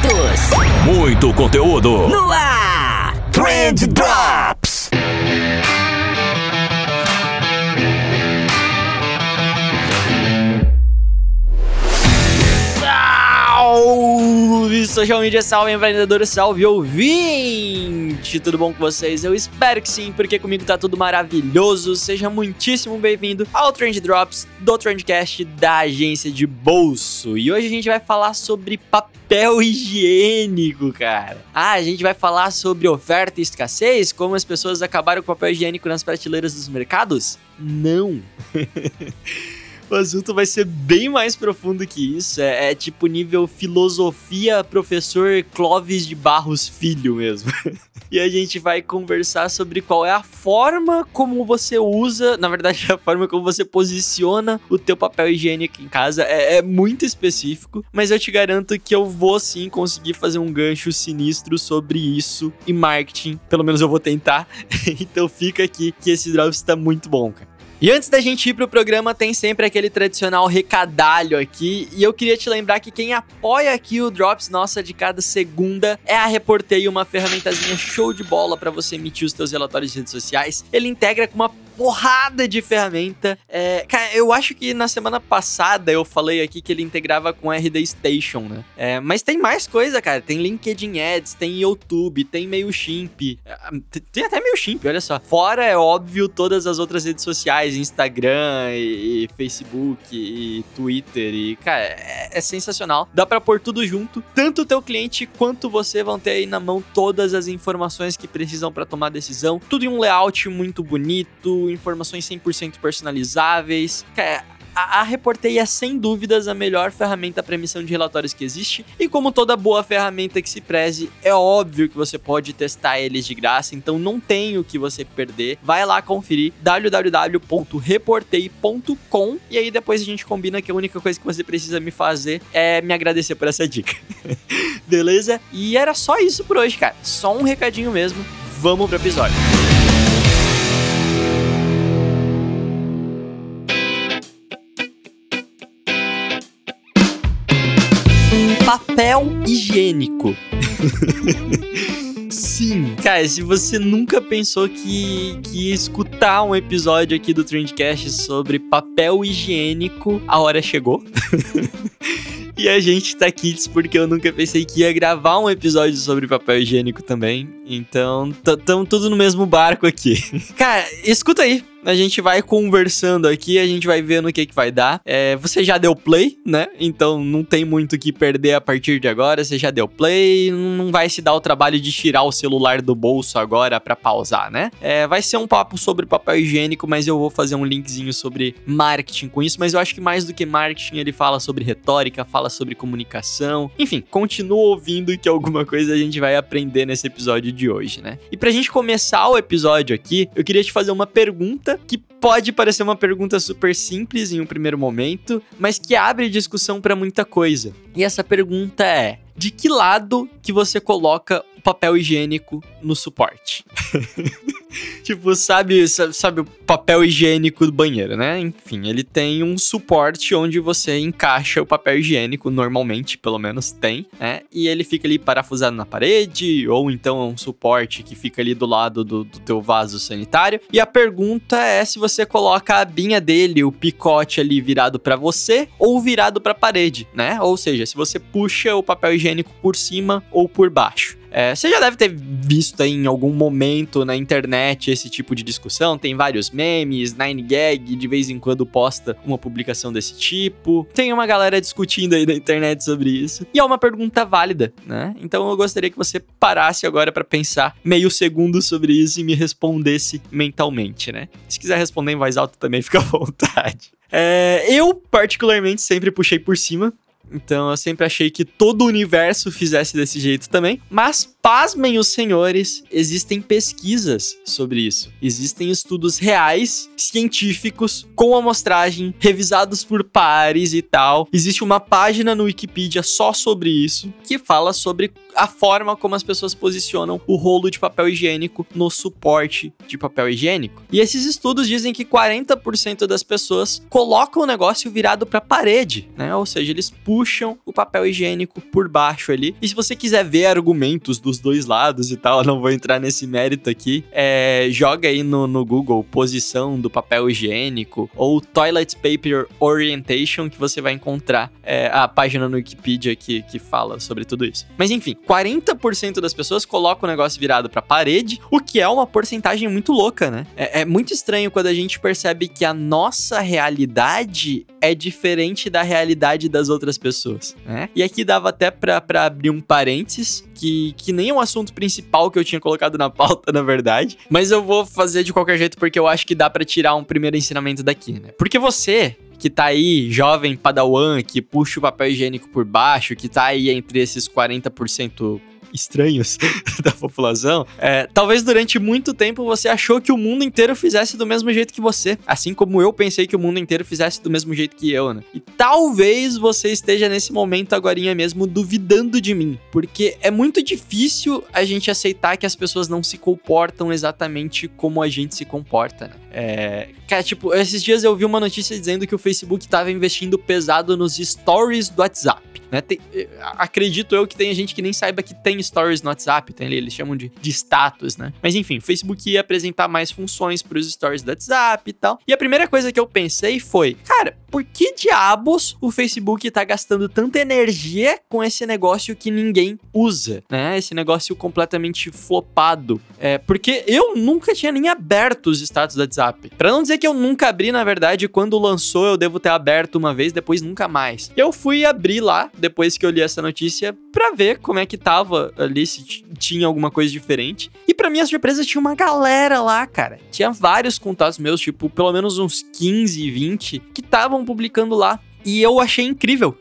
lançamentos, muito conteúdo no ar, Trend Drops. Salve social media, salve empreendedor, salve ouvinte! Tudo bom com vocês? Eu espero que sim, porque comigo tá tudo maravilhoso. Seja muitíssimo bem-vindo ao Trend Drops do Trendcast da agência de bolso. E hoje a gente vai falar sobre papel higiênico, cara. A gente vai falar sobre oferta e escassez, como as pessoas acabaram com o papel higiênico nas prateleiras dos mercados? Não! O assunto vai ser bem mais profundo que isso, é tipo nível filosofia professor Clóvis de Barros Filho mesmo. E a gente vai conversar sobre qual é a forma como você usa, na verdade a forma como você posiciona o teu papel higiênico em casa. É muito específico, mas eu te garanto que eu vou sim conseguir fazer um gancho sinistro sobre isso e marketing, pelo menos eu vou tentar. Então fica aqui que esse Drops tá muito bom, cara. E antes da gente ir pro programa, tem sempre aquele tradicional recadalho aqui. E eu queria te lembrar que quem apoia aqui o Drops nossa de cada segunda é a Reportei, uma ferramentazinha show de bola pra você emitir os teus relatórios de redes sociais. Ele integra com uma porrada de ferramenta. Cara, eu acho que na semana passada eu falei aqui que ele integrava com RD Station, né? Mas tem mais coisa, cara. Tem LinkedIn Ads, tem YouTube, tem MailChimp. Tem até MailChimp, olha só. Fora, é óbvio, todas as outras redes sociais, Instagram e Facebook e Twitter. E, cara, é sensacional. Dá pra pôr tudo junto. Tanto o teu cliente quanto você vão ter aí na mão todas as informações que precisam pra tomar decisão. Tudo em um layout muito bonito, informações 100% personalizáveis. Cara, a Reportei é sem dúvidas a melhor ferramenta para emissão de relatórios que existe, e como toda boa ferramenta que se preze, é óbvio que você pode testar eles de graça, então não tem o que você perder. Vai lá conferir www.reportei.com e aí depois a gente combina que a única coisa que você precisa me fazer é me agradecer por essa dica. Beleza? E era só isso por hoje, cara. Só um recadinho mesmo. Vamos pro episódio. Papel higiênico. Sim, cara, se você nunca pensou que ia escutar um episódio aqui do Trendcast sobre papel higiênico, a hora chegou. E a gente tá aqui porque eu nunca pensei que ia gravar um episódio sobre papel higiênico também. Então, tamo tudo no mesmo barco aqui. Cara, escuta aí. A gente vai conversando aqui, a gente vai vendo o que vai dar. Você já deu play, né? Então não tem muito o que perder a partir de agora. Você já deu play, não vai se dar o trabalho de tirar o celular do bolso agora pra pausar, né? Vai ser um papo sobre papel higiênico, mas eu vou fazer um linkzinho sobre marketing com isso. Mas eu acho que mais do que marketing, ele fala sobre retórica, fala sobre comunicação. Enfim, continua ouvindo que alguma coisa a gente vai aprender nesse episódio de hoje, né? E pra gente começar o episódio aqui, eu queria te fazer uma pergunta que pode parecer uma pergunta super simples em um primeiro momento, mas que abre discussão pra muita coisa. E essa pergunta é: de que lado que você coloca o papel higiênico no suporte? Tipo, sabe o papel higiênico do banheiro, né? Enfim, ele tem um suporte onde você encaixa o papel higiênico, normalmente, pelo menos tem, né? E ele fica ali parafusado na parede, ou então é um suporte que fica ali do lado do teu vaso sanitário. E a pergunta é se você coloca a abinha dele, o picote ali virado pra você, ou virado pra parede, né? Ou seja, se você puxa o papel higiênico por cima ou por baixo. Você já deve ter visto aí em algum momento na internet esse tipo de discussão. Tem vários memes, 9gag de vez em quando posta uma publicação desse tipo. Tem uma galera discutindo aí na internet sobre isso. E é uma pergunta válida, né? Então eu gostaria que você parasse agora pra pensar meio segundo sobre isso e me respondesse mentalmente, né? Se quiser responder em voz alta também, fica à vontade. Eu, particularmente, sempre puxei por cima. Então eu sempre achei que todo o universo fizesse desse jeito também. Mas pasmem os senhores, existem pesquisas sobre isso. Existem estudos reais, científicos, com amostragem, revisados por pares e tal. Existe uma página no Wikipedia só sobre isso, que fala sobre a forma como as pessoas posicionam o rolo de papel higiênico no suporte de papel higiênico. E esses estudos dizem que 40% das pessoas colocam o negócio virado para a parede, né? Ou seja, eles puxam puxam o papel higiênico por baixo ali. E se você quiser ver argumentos dos dois lados e tal, eu não vou entrar nesse mérito aqui, joga aí no Google posição do papel higiênico ou Toilet Paper Orientation, que você vai encontrar a página no Wikipedia que fala sobre tudo isso. Mas enfim, 40% das pessoas colocam o negócio virado pra parede, o que é uma porcentagem muito louca, né? É muito estranho quando a gente percebe que a nossa realidade é diferente da realidade das outras pessoas, né? E aqui dava até pra abrir um parênteses, que nem é um assunto principal que eu tinha colocado na pauta, na verdade, mas eu vou fazer de qualquer jeito porque eu acho que dá pra tirar um primeiro ensinamento daqui, né? Porque você que tá aí, jovem padawan, que puxa o papel higiênico por baixo, que tá aí entre esses 40% estranhos da população, talvez durante muito tempo você achou que o mundo inteiro fizesse do mesmo jeito que você, assim como eu pensei que o mundo inteiro fizesse do mesmo jeito que eu, né? E talvez você esteja nesse momento agorinha mesmo duvidando de mim, porque é muito difícil a gente aceitar que as pessoas não se comportam exatamente como a gente se comporta, né? Cara, tipo, esses dias eu vi uma notícia dizendo que o Facebook tava investindo pesado nos stories do WhatsApp, né? Acredito eu que tem gente que nem saiba que tem stories no WhatsApp, tem ali, eles chamam de status, né? Mas enfim, o Facebook ia apresentar mais funções pros stories do WhatsApp e tal. E a primeira coisa que eu pensei foi, cara, por que diabos o Facebook tá gastando tanta energia com esse negócio que ninguém usa, né? Esse negócio completamente flopado. Porque eu nunca tinha nem aberto os status do WhatsApp. Pra não dizer que eu nunca abri, na verdade, quando lançou eu devo ter aberto uma vez, depois nunca mais. Eu fui abrir lá, depois que eu li essa notícia, pra ver como é que tava ali, se tinha alguma coisa diferente. E pra minha surpresa, tinha uma galera lá, cara. Tinha vários contatos meus, tipo, pelo menos uns 15, 20, que estavam publicando lá. E eu achei incrível.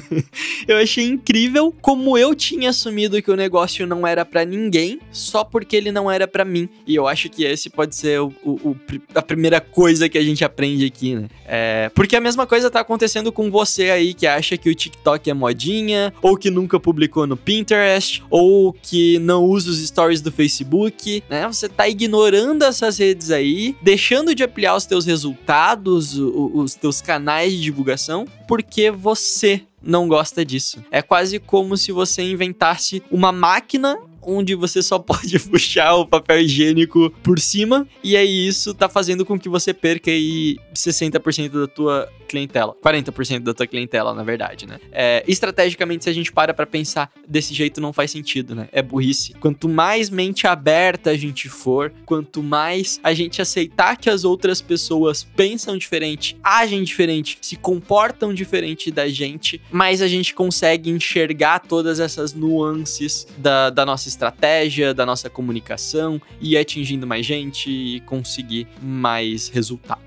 Eu achei incrível como eu tinha assumido que o negócio não era pra ninguém, só porque ele não era pra mim. E eu acho que esse pode ser a primeira coisa que a gente aprende aqui, né? Porque a mesma coisa tá acontecendo com você aí, que acha que o TikTok é modinha, ou que nunca publicou no Pinterest, ou que não usa os stories do Facebook, né? Você tá ignorando essas redes aí, deixando de ampliar os teus resultados, os teus canais de divulgação, porque você não gosta disso. É quase como se você inventasse uma máquina onde você só pode puxar o papel higiênico por cima, e aí isso tá fazendo com que você perca aí 60% da tua clientela. 40% da tua clientela, na verdade, né? Estrategicamente, se a gente para pra pensar desse jeito, não faz sentido, né? É burrice. Quanto mais mente aberta a gente for, quanto mais a gente aceitar que as outras pessoas pensam diferente, agem diferente, se comportam diferente da gente, mais a gente consegue enxergar todas essas nuances da nossa estratégia, da nossa comunicação, e ir atingindo mais gente e conseguir mais resultado.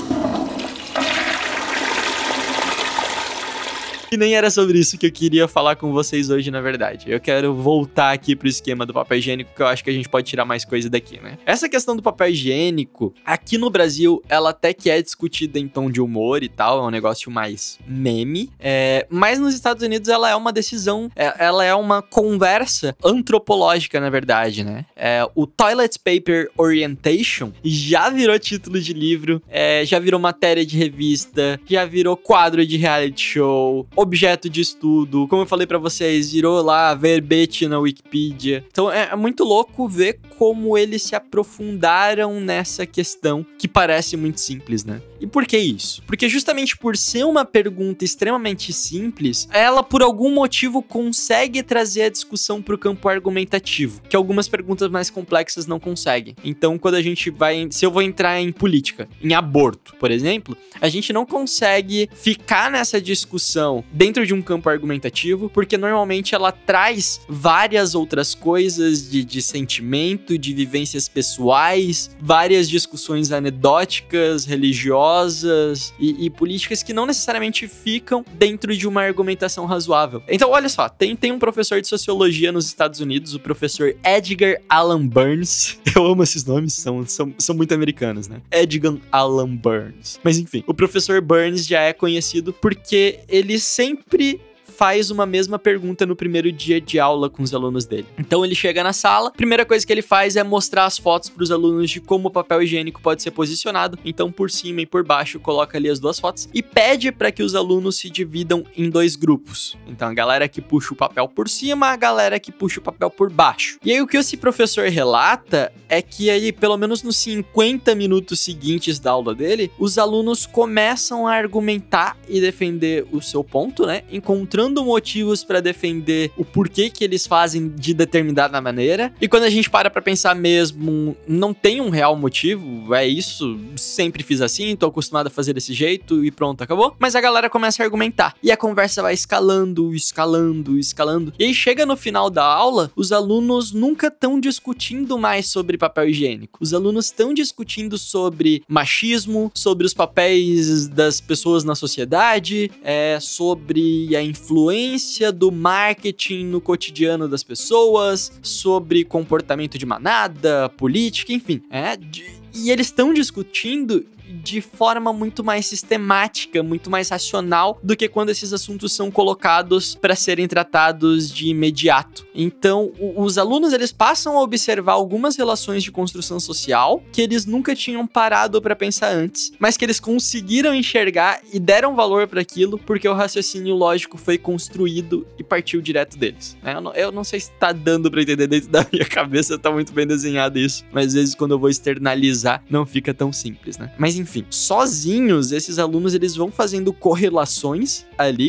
E nem era sobre isso que eu queria falar com vocês hoje, na verdade. Eu quero voltar aqui pro esquema do papel higiênico, que eu acho que a gente pode tirar mais coisa daqui, né? Essa questão do papel higiênico, aqui no Brasil, ela até que é discutida em tom de humor e tal, é um negócio mais meme, mas nos Estados Unidos ela é uma decisão, ela é uma conversa antropológica, na verdade, né? O Toilet Paper Orientation já virou título de livro, já virou matéria de revista, já virou quadro de reality show, objeto de estudo, como eu falei pra vocês, virou lá verbete na Wikipedia. Então é muito louco ver como eles se aprofundaram nessa questão que parece muito simples, né? E por que isso? Porque justamente por ser uma pergunta extremamente simples, ela por algum motivo consegue trazer a discussão pro campo argumentativo, que algumas perguntas mais complexas não conseguem. Então quando a gente se eu vou entrar em política, em aborto, por exemplo, a gente não consegue ficar nessa discussão dentro de um campo argumentativo, porque normalmente ela traz várias outras coisas de sentimento, de vivências pessoais, várias discussões anedóticas, religiosas e políticas que não necessariamente ficam dentro de uma argumentação razoável. Então, olha só, tem um professor de sociologia nos Estados Unidos, o professor Edgar Allan Burns. Eu amo esses nomes, são muito americanos, né? Edgar Allan Burns. Mas enfim, o professor Burns já é conhecido porque ele sempre faz uma mesma pergunta no primeiro dia de aula com os alunos dele. Então ele chega na sala, primeira coisa que ele faz é mostrar as fotos para os alunos de como o papel higiênico pode ser posicionado. Então por cima e por baixo coloca ali as duas fotos e pede para que os alunos se dividam em 2 grupos. Então a galera que puxa o papel por cima, a galera que puxa o papel por baixo. E aí o que esse professor relata é que aí pelo menos nos 50 minutos seguintes da aula dele, os alunos começam a argumentar e defender o seu ponto, né? Encontrando motivos para defender o porquê que eles fazem de determinada maneira. E quando a gente para pra pensar mesmo, não tem um real motivo, é isso, sempre fiz assim, tô acostumado a fazer desse jeito e pronto, acabou. Mas a galera começa a argumentar. E a conversa vai escalando. E aí chega no final da aula, os alunos nunca estão discutindo mais sobre papel higiênico. Os alunos estão discutindo sobre machismo, sobre os papéis das pessoas na sociedade, sobre a influência do marketing no cotidiano das pessoas, sobre comportamento de manada, política, enfim. E eles estão discutindo de forma muito mais sistemática, muito mais racional do que quando esses assuntos são colocados para serem tratados de imediato. Então, os alunos eles passam a observar algumas relações de construção social que eles nunca tinham parado para pensar antes, mas que eles conseguiram enxergar e deram valor para aquilo porque o raciocínio lógico foi construído e partiu direto deles. Eu não sei se tá dando para entender, dentro da minha cabeça tá muito bem desenhado isso, mas às vezes quando eu vou externalizar não fica tão simples, né? Mas enfim, sozinhos, esses alunos eles vão fazendo correlações ali,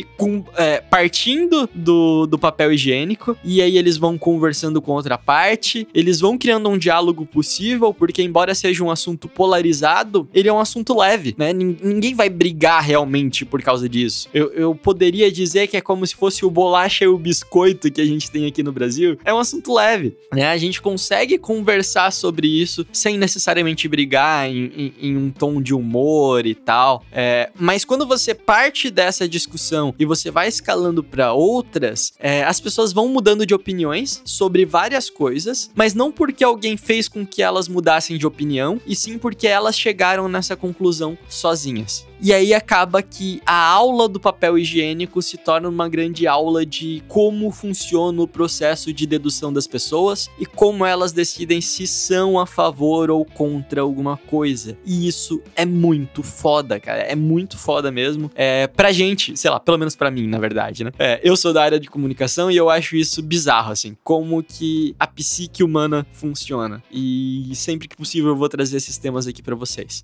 partindo do papel higiênico, e aí eles vão conversando com outra parte, eles vão criando um diálogo possível, porque embora seja um assunto polarizado, ele é um assunto leve, né? Ninguém vai brigar realmente por causa disso. Eu poderia dizer que é como se fosse o bolacha e o biscoito que a gente tem aqui no Brasil. É um assunto leve, né? A gente consegue conversar sobre isso sem necessariamente brigar em um tom de humor e tal, mas quando você parte dessa discussão e você vai escalando para outras, as pessoas vão mudando de opiniões sobre várias coisas, mas não porque alguém fez com que elas mudassem de opinião, e sim porque elas chegaram nessa conclusão sozinhas. E aí acaba que a aula do papel higiênico se torna uma grande aula de como funciona o processo de dedução das pessoas e como elas decidem se são a favor ou contra alguma coisa. E isso é muito foda, cara. É muito foda mesmo. Pra gente, sei lá, pelo menos pra mim, na verdade, né? Eu sou da área de comunicação e eu acho isso bizarro, assim. Como que a psique humana funciona. E sempre que possível eu vou trazer esses temas aqui pra vocês.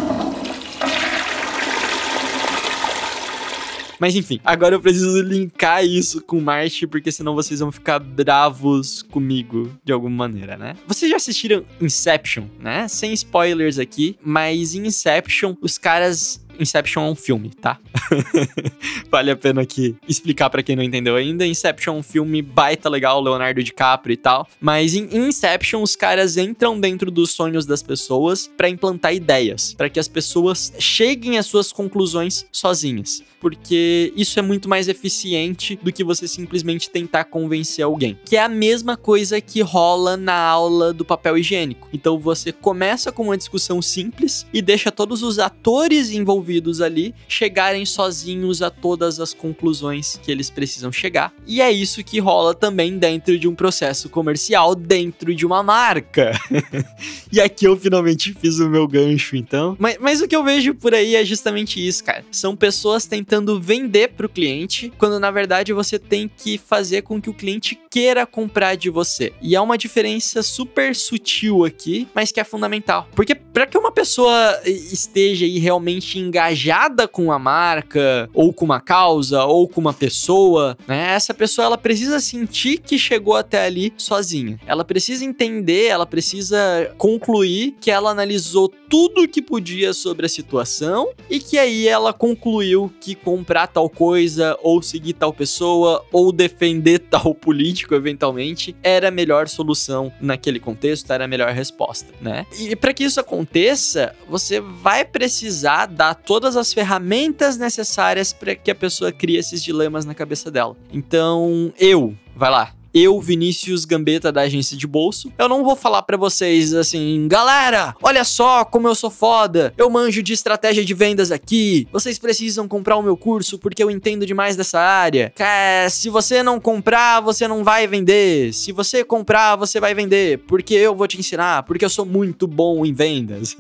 Mas enfim, agora eu preciso linkar isso com Marte, porque senão vocês vão ficar bravos comigo de alguma maneira, né? Vocês já assistiram Inception, né? Sem spoilers aqui, mas em Inception, os caras... Inception é um filme, tá? Vale a pena aqui explicar pra quem não entendeu ainda. Inception é um filme baita legal, Leonardo DiCaprio e tal. Mas em Inception, os caras entram dentro dos sonhos das pessoas pra implantar ideias, pra que as pessoas cheguem às suas conclusões sozinhas. Porque isso é muito mais eficiente do que você simplesmente tentar convencer alguém. Que é a mesma coisa que rola na aula do papel higiênico. Então você começa com uma discussão simples e deixa todos os atores envolvidos ali chegarem sozinhos a todas as conclusões que eles precisam chegar. E é isso que rola também dentro de um processo comercial, dentro de uma marca. E aqui eu finalmente fiz o meu gancho, então. Mas o que eu vejo por aí é justamente isso, cara. São pessoas tentando vender pro cliente, quando na verdade você tem que fazer com que o cliente queira comprar de você. E é uma diferença super sutil aqui, mas que é fundamental. Porque para que uma pessoa esteja aí realmente engajada com a marca, ou com uma causa, ou com uma pessoa, né? Essa pessoa, ela precisa sentir que chegou até ali sozinha. Ela precisa entender, ela precisa concluir que ela analisou tudo que podia sobre a situação e que aí ela concluiu que comprar tal coisa, ou seguir tal pessoa, ou defender tal político, eventualmente, era a melhor solução naquele contexto, era a melhor resposta, né? E para que isso aconteça, você vai precisar dar todas as ferramentas necessárias para que a pessoa crie esses dilemas na cabeça dela. Então, vai lá. eu, Vinícius Gambetta, da agência de bolso. Eu não vou falar pra vocês assim, galera, olha só como eu sou foda, eu manjo de estratégia de vendas aqui, vocês precisam comprar o meu curso porque eu entendo demais dessa área. Cara, se você não comprar, você não vai vender. Se você comprar, você vai vender, porque eu vou te ensinar, porque eu sou muito bom em vendas.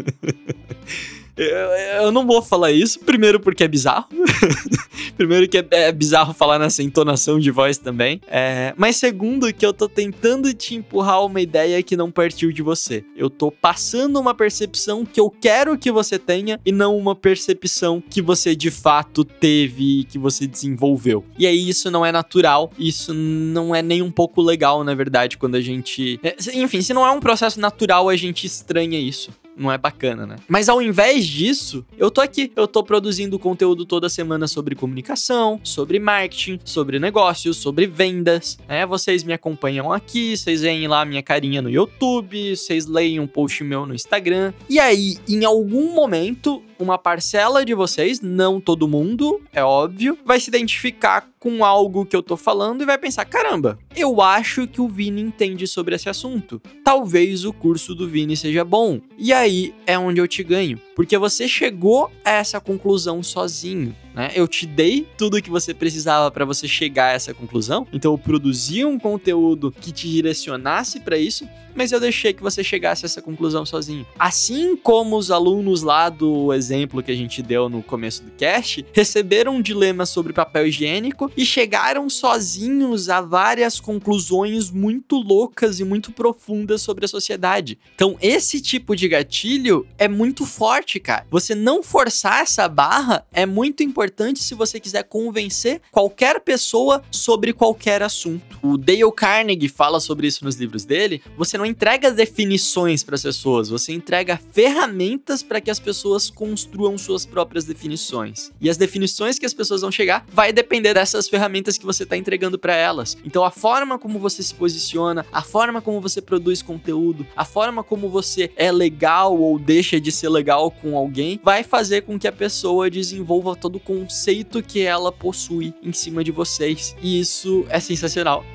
Eu não vou falar isso, primeiro porque é bizarro. Primeiro que é bizarro falar nessa entonação de voz também. Mas segundo que eu tô tentando te empurrar uma ideia que não partiu de você. Eu tô passando uma percepção que eu quero que você tenha e não uma percepção que você de fato teve e que você desenvolveu. E aí isso não é natural, isso não é nem um pouco legal, na verdade, quando a gente... Enfim, se não é um processo natural, a gente estranha isso. Não é bacana, né? Mas ao invés disso, eu tô aqui. Eu tô produzindo conteúdo toda semana sobre comunicação, sobre marketing, sobre negócios, sobre vendas, né? Vocês me acompanham aqui, vocês veem lá minha carinha no YouTube, vocês leem um post meu no Instagram. E aí, em algum momento, uma parcela de vocês, não todo mundo, é óbvio, vai se identificar com algo que eu tô falando e vai pensar, caramba, eu acho que o Vini entende sobre esse assunto. Talvez o curso do Vini seja bom. E aí é onde eu te ganho, porque você chegou a essa conclusão sozinho, né? Eu te dei tudo o que você precisava para você chegar a essa conclusão, então eu produzi um conteúdo que te direcionasse para isso, mas eu deixei que você chegasse a essa conclusão sozinho. Assim como os alunos lá do exemplo que a gente deu no começo do cast, receberam um dilema sobre papel higiênico e chegaram sozinhos a várias conclusões muito loucas e muito profundas sobre a sociedade. Então, esse tipo de gatilho é muito forte, cara. Você não forçar essa barra é muito importante se você quiser convencer qualquer pessoa sobre qualquer assunto. O Dale Carnegie fala sobre isso nos livros dele. Você não entrega definições para as pessoas, você entrega ferramentas para que as pessoas construam suas próprias definições. E as definições que as pessoas vão chegar vai depender dessas ferramentas que você está entregando para elas. Então a forma como você se posiciona, a forma como você produz conteúdo, a forma como você é legal ou deixa de ser legal com alguém, vai fazer com que a pessoa desenvolva todo o conceito que ela possui em cima de vocês. E isso é sensacional.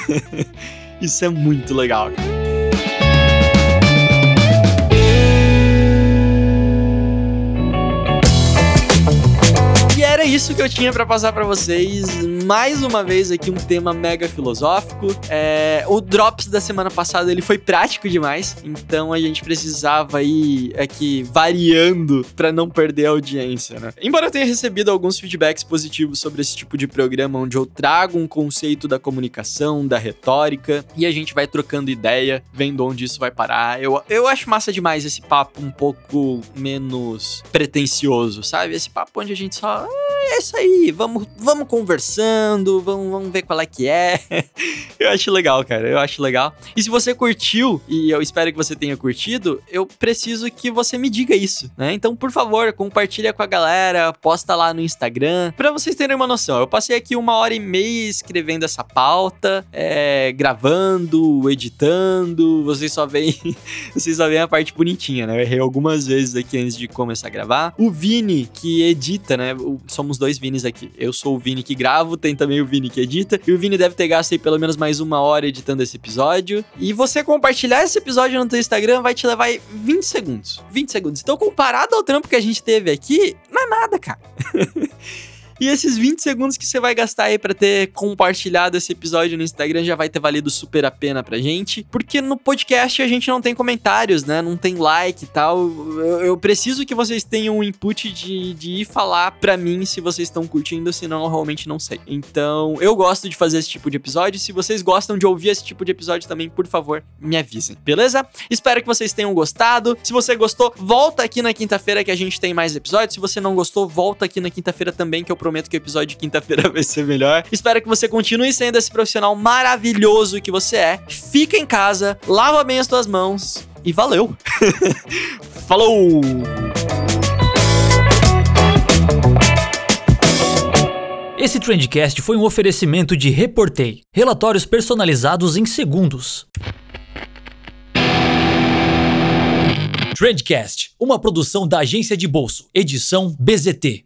Isso é muito legal. Era isso que eu tinha pra passar pra vocês. Mais uma vez aqui um tema mega filosófico. O Drops da semana passada ele foi prático demais, então a gente precisava ir aqui variando pra não perder a audiência, né? Embora eu tenha recebido alguns feedbacks positivos sobre esse tipo de programa onde eu trago um conceito da comunicação, da retórica, e a gente vai trocando ideia, vendo onde isso vai parar. Eu acho massa demais esse papo um pouco menos pretencioso, sabe? Esse papo onde a gente só... É isso aí, vamos conversando, vamos ver qual é que é. Eu acho legal, cara, eu acho legal. E se você curtiu, e eu espero que você tenha curtido, eu preciso que você me diga isso, né? Então, por favor, compartilha com a galera, posta lá no Instagram, pra vocês terem uma noção. Eu passei aqui 1h30 escrevendo essa pauta, gravando, editando, vocês só veem a parte bonitinha, né? Eu errei algumas vezes aqui antes de começar a gravar. O Vini, que edita, né? Somos dois Vinis aqui. Eu sou o Vini que gravo, tem também o Vini que edita. E o Vini deve ter gasto aí pelo menos mais 1 hora editando esse episódio. E você compartilhar esse episódio no teu Instagram vai te levar 20 segundos. 20 segundos. Então, comparado ao trampo que a gente teve aqui, não é nada, cara. E esses 20 segundos que você vai gastar aí pra ter compartilhado esse episódio no Instagram já vai ter valido super a pena pra gente, porque no podcast a gente não tem comentários, né? Não tem like e tal. Eu preciso que vocês tenham um input de ir falar pra mim se vocês estão curtindo, senão eu realmente não sei. Então, eu gosto de fazer esse tipo de episódio. Se vocês gostam de ouvir esse tipo de episódio também, por favor, me avisem, beleza? Espero que vocês tenham gostado. Se você gostou, volta aqui na quinta-feira que a gente tem mais episódios. Se você não gostou, volta aqui na quinta-feira também, que eu prometo que o episódio de quinta-feira vai ser melhor. Espero que você continue sendo esse profissional maravilhoso que você é. Fica em casa, lava bem as tuas mãos e valeu! Falou! Esse Trendcast foi um oferecimento de Reportei. Relatórios personalizados em segundos. Trendcast, uma produção da agência de bolso, edição BZT.